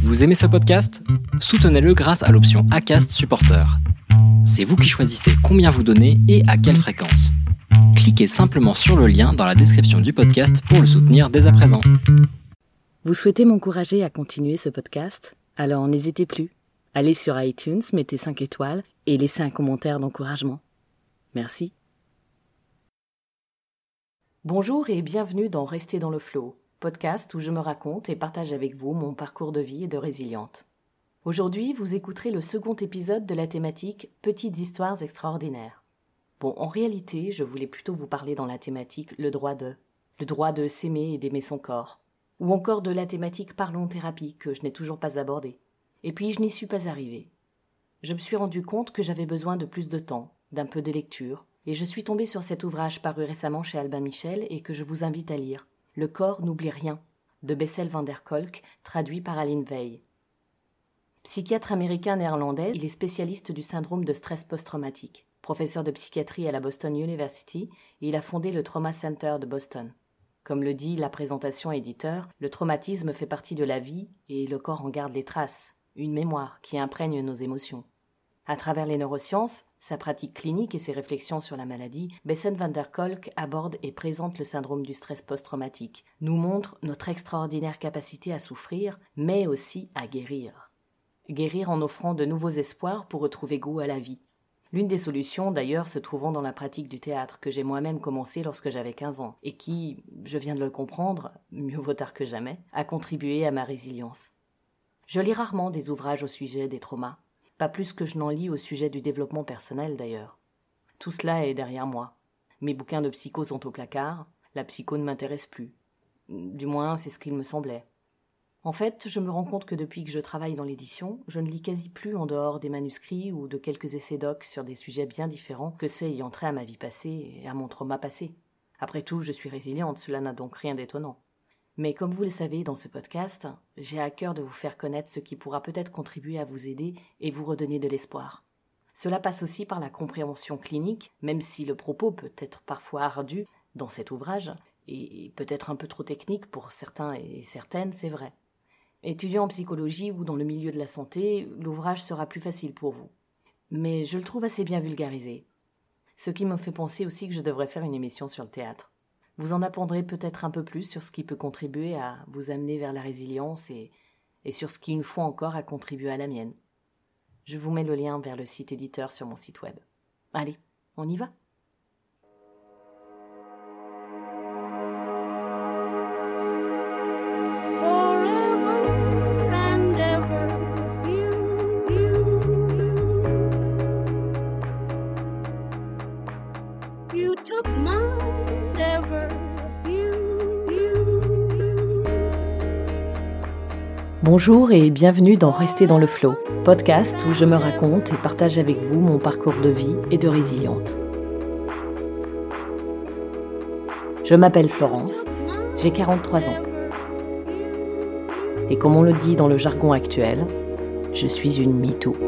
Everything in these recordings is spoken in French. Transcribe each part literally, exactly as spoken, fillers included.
Vous aimez ce podcast ? Soutenez-le grâce à l'option Acast Supporter. C'est vous qui choisissez combien vous donnez et à quelle fréquence. Cliquez simplement sur le lien dans la description du podcast pour le soutenir dès à présent. Vous souhaitez m'encourager à continuer ce podcast ? Alors n'hésitez plus. Allez sur iTunes, mettez cinq étoiles et laissez un commentaire d'encouragement. Merci. Bonjour et bienvenue dans Rester dans le flow, podcast où je me raconte et partage avec vous mon parcours de vie et de résiliente. Aujourd'hui, vous écouterez le second épisode de la thématique « Petites histoires extraordinaires ». Bon, en réalité, je voulais plutôt vous parler dans la thématique « Le droit de », le droit de s'aimer et d'aimer son corps, ou encore de la thématique « Parlons thérapie » que je n'ai toujours pas abordée. Et puis, je n'y suis pas arrivée. Je me suis rendu compte que j'avais besoin de plus de temps, d'un peu de lecture, et je suis tombée sur cet ouvrage paru récemment chez Albin Michel et que je vous invite à lire, « Le corps n'oublie rien » de Bessel van der Kolk, traduit par Aline Veil. Psychiatre américain-néerlandais, il est spécialiste du syndrome de stress post-traumatique, professeur de psychiatrie à la Boston University, et il a fondé le Trauma Center de Boston. Comme le dit la présentation éditeur, le traumatisme fait partie de la vie et le corps en garde les traces, une mémoire qui imprègne nos émotions. À travers les neurosciences, sa pratique clinique et ses réflexions sur la maladie, Bessel van der Kolk aborde et présente le syndrome du stress post-traumatique, nous montre notre extraordinaire capacité à souffrir, mais aussi à guérir. Guérir en offrant de nouveaux espoirs pour retrouver goût à la vie. L'une des solutions, d'ailleurs, se trouvant dans la pratique du théâtre que j'ai moi-même commencé lorsque j'avais quinze ans et qui, je viens de le comprendre, mieux vaut tard que jamais, a contribué à ma résilience. Je lis rarement des ouvrages au sujet des traumas, pas plus que je n'en lis au sujet du développement personnel d'ailleurs. Tout cela est derrière moi. Mes bouquins de psycho sont au placard, la psycho ne m'intéresse plus. Du moins, c'est ce qu'il me semblait. En fait, je me rends compte que depuis que je travaille dans l'édition, je ne lis quasi plus en dehors des manuscrits ou de quelques essais docs sur des sujets bien différents que ceux ayant trait à ma vie passée et à mon trauma passé. Après tout, je suis résiliente, cela n'a donc rien d'étonnant. Mais comme vous le savez dans ce podcast, j'ai à cœur de vous faire connaître ce qui pourra peut-être contribuer à vous aider et vous redonner de l'espoir. Cela passe aussi par la compréhension clinique, même si le propos peut être parfois ardu dans cet ouvrage, et peut-être un peu trop technique pour certains et certaines, c'est vrai. Étudiant en psychologie ou dans le milieu de la santé, l'ouvrage sera plus facile pour vous. Mais je le trouve assez bien vulgarisé. Ce qui me fait penser aussi que je devrais faire une émission sur le théâtre. Vous en apprendrez peut-être un peu plus sur ce qui peut contribuer à vous amener vers la résilience et, et sur ce qui, une fois encore, a contribué à la mienne. Je vous mets le lien vers le site éditeur sur mon site web. Allez, on y va ? Bonjour et bienvenue dans Rester dans le flow, podcast où je me raconte et partage avec vous mon parcours de vie et de résiliente. Je m'appelle Florence, j'ai quarante-trois ans. Et comme on le dit dans le jargon actuel, je suis une MeToo.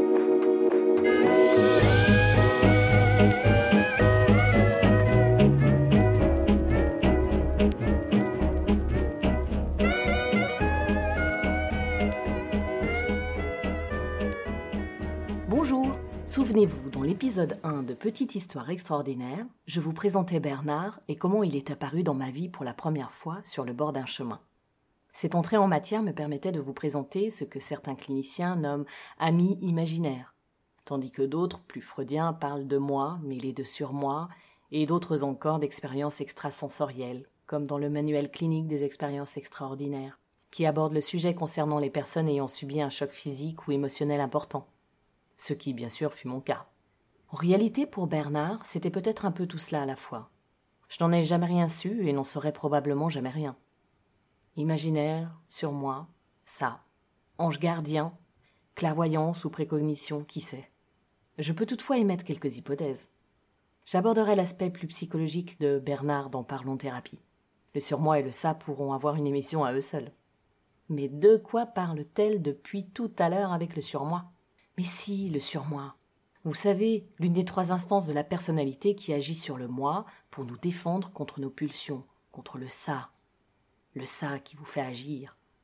Bonjour, souvenez-vous, dans l'épisode un de Petite histoire extraordinaire, je vous présentais Bernard et comment il est apparu dans ma vie pour la première fois sur le bord d'un chemin. Cette entrée en matière me permettait de vous présenter ce que certains cliniciens nomment « ami imaginaire », tandis que d'autres, plus freudiens, parlent de moi, mêlés de surmoi, et d'autres encore d'expériences extrasensorielles, comme dans le manuel clinique des expériences extraordinaires, qui aborde le sujet concernant les personnes ayant subi un choc physique ou émotionnel important. Ce qui, bien sûr, fut mon cas. En réalité, pour Bernard, c'était peut-être un peu tout cela à la fois. Je n'en ai jamais rien su et n'en saurais probablement jamais rien. Imaginaire, surmoi, ça. Ange gardien, clairvoyance ou précognition, qui sait. Je peux toutefois émettre quelques hypothèses. J'aborderai l'aspect plus psychologique de Bernard dans Parlons thérapie. Le surmoi et le ça pourront avoir une émission à eux seuls. Mais de quoi parle-t-elle depuis tout à l'heure avec le surmoi ? Mais si, le surmoi. Vous savez, l'une des trois instances de la personnalité qui agit sur le moi pour nous défendre contre nos pulsions, contre le ça. Le ça qui vous fait agir.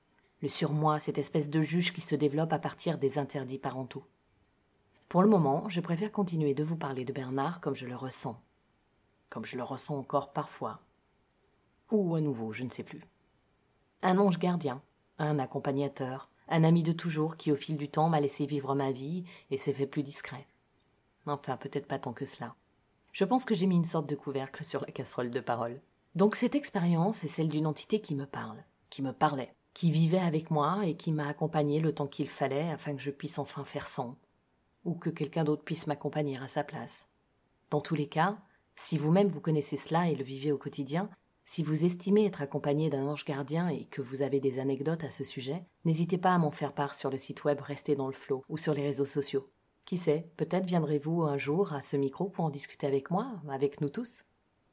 Le surmoi, cette espèce de juge qui se développe à partir des interdits parentaux. Pour le moment, je préfère continuer de vous parler de Bernard comme je le ressens. Comme je le ressens encore parfois. Ou à nouveau, je ne sais plus. Un ange gardien, un accompagnateur, un ami de toujours qui au fil du temps m'a laissé vivre ma vie et s'est fait plus discret. Enfin, peut-être pas tant que cela. Je pense que j'ai mis une sorte de couvercle sur la casserole de parole. Donc cette expérience est celle d'une entité qui me parle, qui me parlait, qui vivait avec moi et qui m'a accompagné le temps qu'il fallait afin que je puisse enfin faire sans, ou que quelqu'un d'autre puisse m'accompagner à sa place. Dans tous les cas, si vous-même vous connaissez cela et le vivez au quotidien, si vous estimez être accompagné d'un ange gardien et que vous avez des anecdotes à ce sujet, n'hésitez pas à m'en faire part sur le site web Restez dans le Flow ou sur les réseaux sociaux. Qui sait, peut-être viendrez-vous un jour à ce micro pour en discuter avec moi, avec nous tous.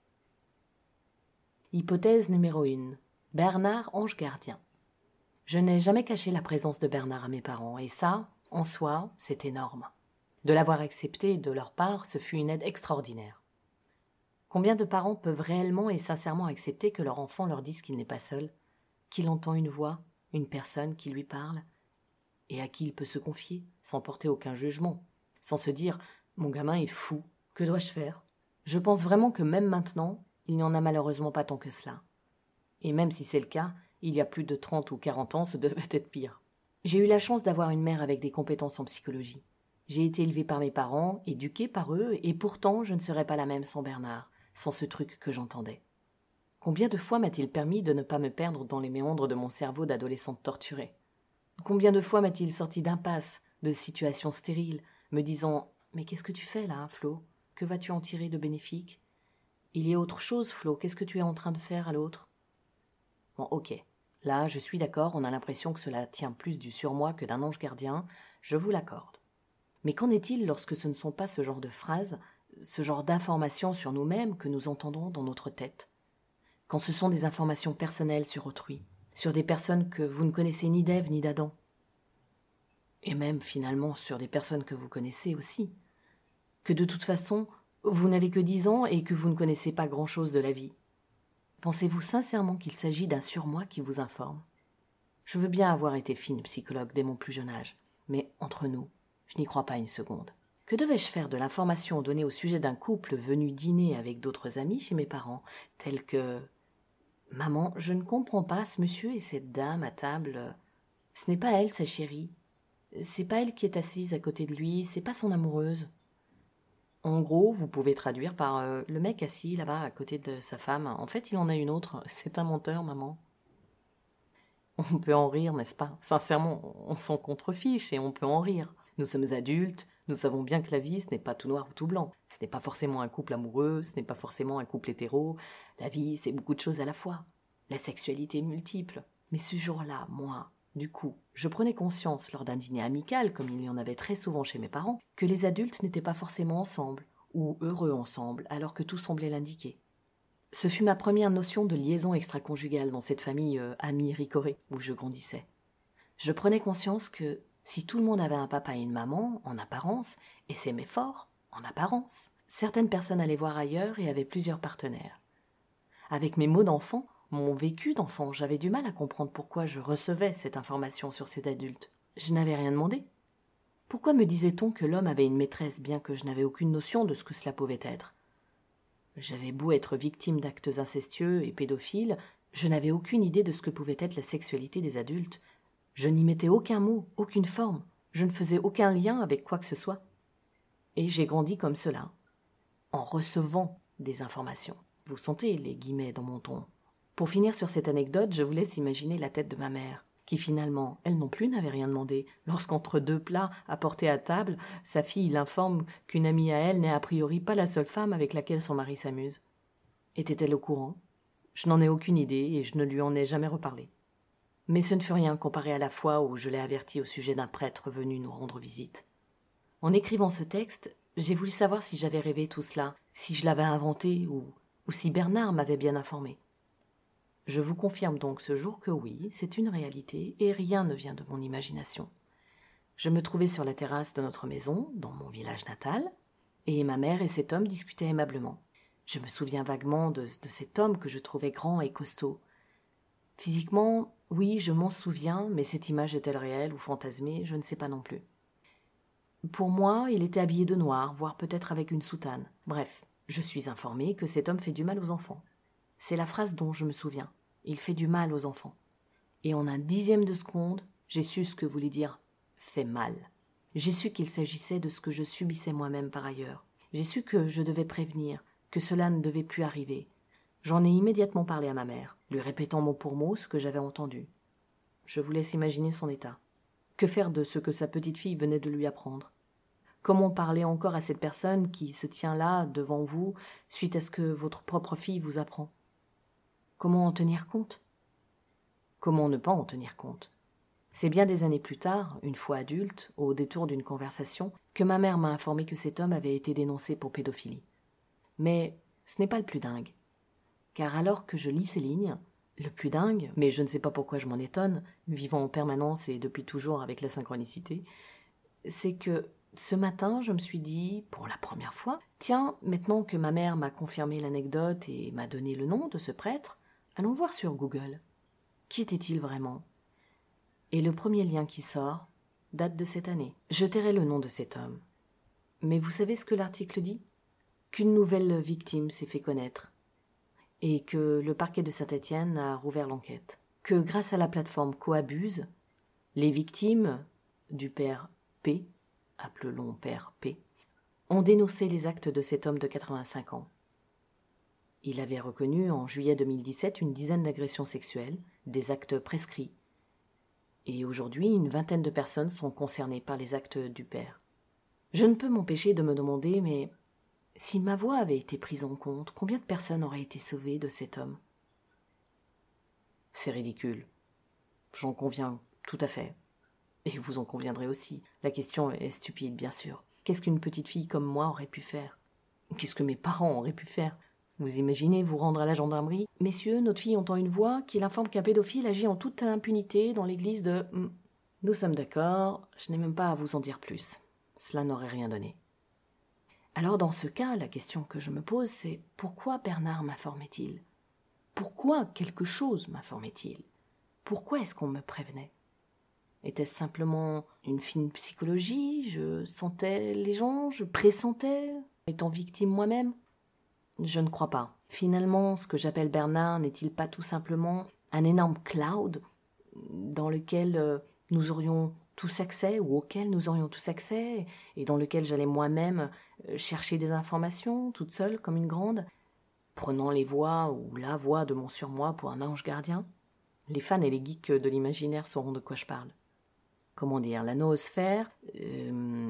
Hypothèse numéro un. Bernard, ange gardien. Je n'ai jamais caché la présence de Bernard à mes parents, et ça, en soi, c'est énorme. De l'avoir accepté de leur part, ce fut une aide extraordinaire. Combien de parents peuvent réellement et sincèrement accepter que leur enfant leur dise qu'il n'est pas seul, qu'il entend une voix, une personne qui lui parle, et à qui il peut se confier, sans porter aucun jugement, sans se dire « mon gamin est fou, que dois-je faire ?» Je pense vraiment que même maintenant, il n'y en a malheureusement pas tant que cela. Et même si c'est le cas, il y a plus de trente ou quarante ans, ce devait être pire. J'ai eu la chance d'avoir une mère avec des compétences en psychologie. J'ai été élevée par mes parents, éduquée par eux, et pourtant je ne serais pas la même sans Bernard, sans ce truc que j'entendais. Combien de fois m'a-t-il permis de ne pas me perdre dans les méandres de mon cerveau d'adolescente torturée ? Combien de fois m'a-t-il sorti d'impasses, de situations stériles, me disant « Mais qu'est-ce que tu fais là, Flo ? Que vas-tu en tirer de bénéfique ? Il y a autre chose, Flo, qu'est-ce que tu es en train de faire à l'autre ?» Bon, ok, là, je suis d'accord, on a l'impression que cela tient plus du surmoi que d'un ange gardien, je vous l'accorde. Mais qu'en est-il lorsque ce ne sont pas ce genre de phrases, ce genre d'informations sur nous-mêmes que nous entendons dans notre tête ? Quand ce sont des informations personnelles sur autrui, sur des personnes que vous ne connaissez ni d'Ève ni d'Adam, et même finalement sur des personnes que vous connaissez aussi, que de toute façon, vous n'avez que dix ans et que vous ne connaissez pas grand-chose de la vie. Pensez-vous sincèrement qu'il s'agit d'un surmoi qui vous informe ? Je veux bien avoir été fine psychologue dès mon plus jeune âge, mais entre nous, je n'y crois pas une seconde. Que devais-je faire de l'information donnée au sujet d'un couple venu dîner avec d'autres amis chez mes parents, tels que « Maman, je ne comprends pas ce monsieur et cette dame à table. Ce n'est pas elle, sa chérie. C'est pas elle qui est assise à côté de lui, c'est pas son amoureuse. » En gros, vous pouvez traduire par euh, « Le mec assis là-bas à côté de sa femme, en fait il en a une autre, c'est un menteur, maman. » On peut en rire, n'est-ce pas ? Sincèrement, on s'en contrefiche et on peut en rire. Nous sommes adultes, nous savons bien que la vie, ce n'est pas tout noir ou tout blanc. Ce n'est pas forcément un couple amoureux, ce n'est pas forcément un couple hétéro. La vie, c'est beaucoup de choses à la fois. La sexualité est multiple. Mais ce jour-là, moi, du coup, je prenais conscience lors d'un dîner amical, comme il y en avait très souvent chez mes parents, que les adultes n'étaient pas forcément ensemble, ou heureux ensemble, alors que tout semblait l'indiquer. Ce fut ma première notion de liaison extra-conjugale dans cette famille euh, amie ricorée où je grandissais. Je prenais conscience que si tout le monde avait un papa et une maman, en apparence, et s'aimait fort, en apparence, certaines personnes allaient voir ailleurs et avaient plusieurs partenaires. Avec mes mots d'enfant, mon vécu d'enfant, j'avais du mal à comprendre pourquoi je recevais cette information sur ces adultes. Je n'avais rien demandé. Pourquoi me disait-on que l'homme avait une maîtresse bien que je n'avais aucune notion de ce que cela pouvait être ? J'avais beau être victime d'actes incestueux et pédophiles, je n'avais aucune idée de ce que pouvait être la sexualité des adultes. Je n'y mettais aucun mot, aucune forme. Je ne faisais aucun lien avec quoi que ce soit. Et j'ai grandi comme cela, en recevant des informations. Vous sentez les guillemets dans mon ton. Pour finir sur cette anecdote, je vous laisse imaginer la tête de ma mère, qui finalement, elle non plus n'avait rien demandé, lorsqu'entre deux plats apportés à table, sa fille l'informe qu'une amie à elle n'est a priori pas la seule femme avec laquelle son mari s'amuse. Était-elle au courant ? Je n'en ai aucune idée et je ne lui en ai jamais reparlé. Mais ce ne fut rien comparé à la fois où je l'ai averti au sujet d'un prêtre venu nous rendre visite. En écrivant ce texte, j'ai voulu savoir si j'avais rêvé tout cela, si je l'avais inventé ou, ou si Bernard m'avait bien informé. Je vous confirme donc ce jour que oui, c'est une réalité et rien ne vient de mon imagination. Je me trouvais sur la terrasse de notre maison, dans mon village natal, et ma mère et cet homme discutaient aimablement. Je me souviens vaguement de, de cet homme que je trouvais grand et costaud. Physiquement, oui, je m'en souviens, mais cette image est-elle réelle ou fantasmée, je ne sais pas non plus. Pour moi, il était habillé de noir, voire peut-être avec une soutane. Bref, je suis informée que cet homme fait du mal aux enfants. C'est la phrase dont je me souviens. Il fait du mal aux enfants. Et en un dixième de seconde, j'ai su ce que voulait dire « fait mal ». J'ai su qu'il s'agissait de ce que je subissais moi-même par ailleurs. J'ai su que je devais prévenir, que cela ne devait plus arriver. J'en ai immédiatement parlé à ma mère, lui répétant mot pour mot ce que j'avais entendu. Je vous laisse imaginer son état. Que faire de ce que sa petite fille venait de lui apprendre? Comment parler encore à cette personne qui se tient là, devant vous, suite à ce que votre propre fille vous apprend? Comment en tenir compte? Comment ne pas en tenir compte? C'est bien des années plus tard, une fois adulte, au détour d'une conversation, que ma mère m'a informé que cet homme avait été dénoncé pour pédophilie. Mais ce n'est pas le plus dingue. Car alors que je lis ces lignes, le plus dingue, mais je ne sais pas pourquoi je m'en étonne, vivant en permanence et depuis toujours avec la synchronicité, c'est que ce matin, je me suis dit, pour la première fois, tiens, maintenant que ma mère m'a confirmé l'anecdote et m'a donné le nom de ce prêtre, allons voir sur Google. Qui était-il vraiment? Et le premier lien qui sort date de cette année. Je tairai le nom de cet homme. Mais vous savez ce que l'article dit? Qu'une nouvelle victime s'est fait connaître et que le parquet de Saint-Étienne a rouvert l'enquête. Que grâce à la plateforme Coabuse, les victimes du père P, appelons père P, ont dénoncé les actes de cet homme de quatre-vingt-cinq ans. Il avait reconnu en juillet deux mille dix-sept une dizaine d'agressions sexuelles, des actes prescrits. Et aujourd'hui, une vingtaine de personnes sont concernées par les actes du père. Je ne peux m'empêcher de me demander, mais si ma voix avait été prise en compte, combien de personnes auraient été sauvées de cet homme? C'est ridicule. J'en conviens tout à fait. Et vous en conviendrez aussi. La question est stupide, bien sûr. Qu'est-ce qu'une petite fille comme moi aurait pu faire? Qu'est-ce que mes parents auraient pu faire? Vous imaginez vous rendre à la gendarmerie? Messieurs, notre fille entend une voix qui l'informe qu'un pédophile agit en toute impunité dans l'église de... Nous sommes d'accord, je n'ai même pas à vous en dire plus. Cela n'aurait rien donné. Alors dans ce cas, la question que je me pose, c'est pourquoi Bernard m'informait-il? Pourquoi quelque chose m'informait-il? Pourquoi est-ce qu'on me prévenait? Était-ce simplement une fine psychologie? Je sentais les gens, je pressentais, étant victime moi-même? Je ne crois pas. Finalement, ce que j'appelle Bernard n'est-il pas tout simplement un énorme cloud dans lequel euh, nous aurions tous accès, ou auquel nous aurions tous accès, et dans lequel j'allais moi-même euh, chercher des informations, toute seule, comme une grande, prenant les voix ou la voix de mon surmoi pour un ange gardien? Les fans et les geeks de l'imaginaire sauront de quoi je parle. Comment dire, la noosphère, euh,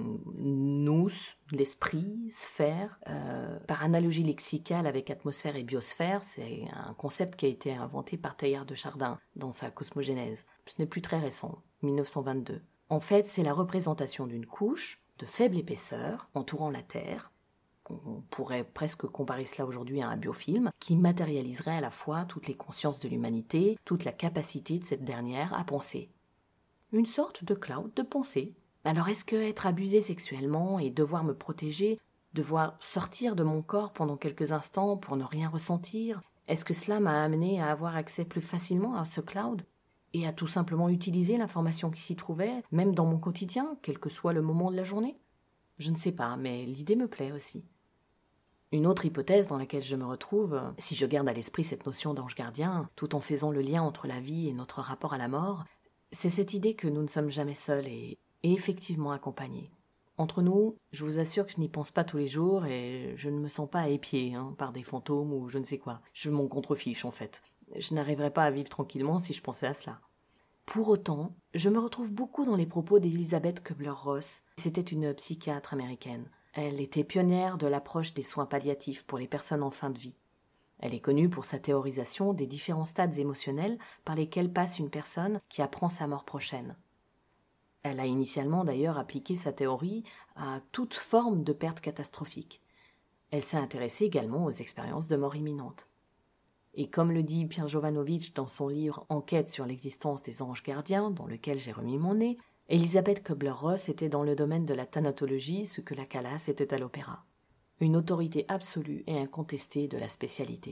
nous, l'esprit, sphère, euh, par analogie lexicale avec atmosphère et biosphère, c'est un concept qui a été inventé par Teilhard de Chardin dans sa Cosmogénèse. Ce n'est plus très récent, mille neuf cent vingt-deux. En fait, c'est la représentation d'une couche de faible épaisseur entourant la Terre. On pourrait presque comparer cela aujourd'hui à un biofilm qui matérialiserait à la fois toutes les consciences de l'humanité, toute la capacité de cette dernière à penser. Une sorte de cloud de pensée. Alors est-ce que être abusé sexuellement et devoir me protéger, devoir sortir de mon corps pendant quelques instants pour ne rien ressentir, est-ce que cela m'a amené à avoir accès plus facilement à ce cloud et à tout simplement utiliser l'information qui s'y trouvait, même dans mon quotidien, quel que soit le moment de la journée? Je ne sais pas, mais l'idée me plaît aussi. Une autre hypothèse dans laquelle je me retrouve, si je garde à l'esprit cette notion d'ange gardien, tout en faisant le lien entre la vie et notre rapport à la mort, c'est cette idée que nous ne sommes jamais seuls et, et effectivement accompagnés. Entre nous, je vous assure que je n'y pense pas tous les jours et je ne me sens pas épiée hein, par des fantômes ou je ne sais quoi. Je m'en contrefiche en fait. Je n'arriverais pas à vivre tranquillement si je pensais à cela. Pour autant, je me retrouve beaucoup dans les propos d'Elizabeth Kubler-Ross. C'était une psychiatre américaine. Elle était pionnière de l'approche des soins palliatifs pour les personnes en fin de vie. Elle est connue pour sa théorisation des différents stades émotionnels par lesquels passe une personne qui apprend sa mort prochaine. Elle a initialement d'ailleurs appliqué sa théorie à toute forme de perte catastrophique. Elle s'est intéressée également aux expériences de mort imminente. Et comme le dit Pierre Jovanovic dans son livre « Enquête sur l'existence des anges gardiens » dans lequel j'ai remis mon nez, Elizabeth Kubler-Ross était dans le domaine de la thanatologie ce que la Callas était à l'opéra. Une autorité absolue et incontestée de la spécialité.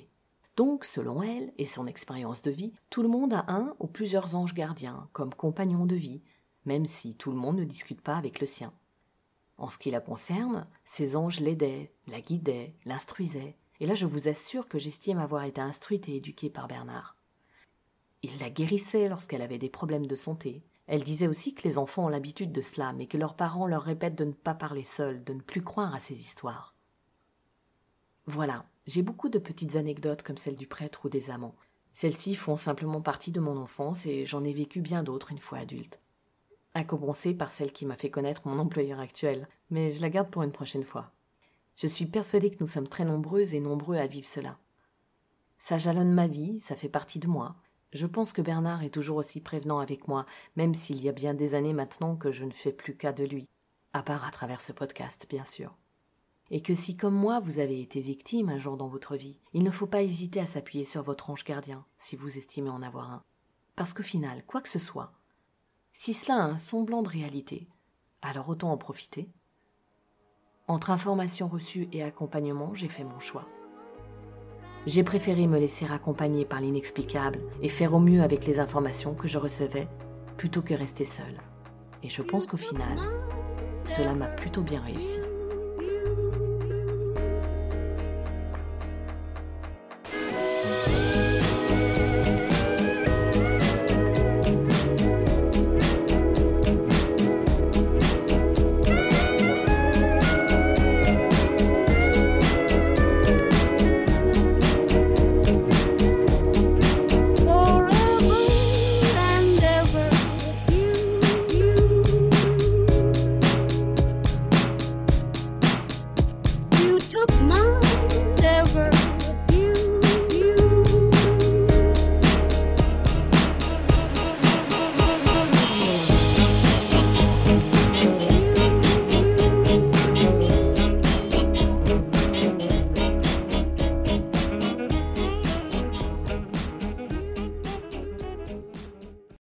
Donc, selon elle et son expérience de vie, tout le monde a un ou plusieurs anges gardiens comme compagnons de vie, même si tout le monde ne discute pas avec le sien. En ce qui la concerne, ces anges l'aidaient, la guidaient, l'instruisaient, et là je vous assure que j'estime avoir été instruite et éduquée par Bernard. Il la guérissait lorsqu'elle avait des problèmes de santé. Elle disait aussi que les enfants ont l'habitude de cela, mais que leurs parents leur répètent de ne pas parler seuls, de ne plus croire à ces histoires. Voilà, j'ai beaucoup de petites anecdotes comme celle du prêtre ou des amants. Celles-ci font simplement partie de mon enfance et j'en ai vécu bien d'autres une fois adulte. À commencer par celle qui m'a fait connaître mon employeur actuel, mais je la garde pour une prochaine fois. Je suis persuadée que nous sommes très nombreuses et nombreux à vivre cela. Ça jalonne ma vie, ça fait partie de moi. Je pense que Bernard est toujours aussi prévenant avec moi, même s'il y a bien des années maintenant que je ne fais plus cas de lui, à part à travers ce podcast, bien sûr. Et que si, comme moi, vous avez été victime un jour dans votre vie, il ne faut pas hésiter à s'appuyer sur votre ange gardien, si vous estimez en avoir un. Parce qu'au final, quoi que ce soit, si cela a un semblant de réalité, alors autant en profiter. Entre informations reçues et accompagnement, j'ai fait mon choix. J'ai préféré me laisser accompagner par l'inexplicable et faire au mieux avec les informations que je recevais, plutôt que rester seule. Et je pense qu'au final, cela m'a plutôt bien réussi.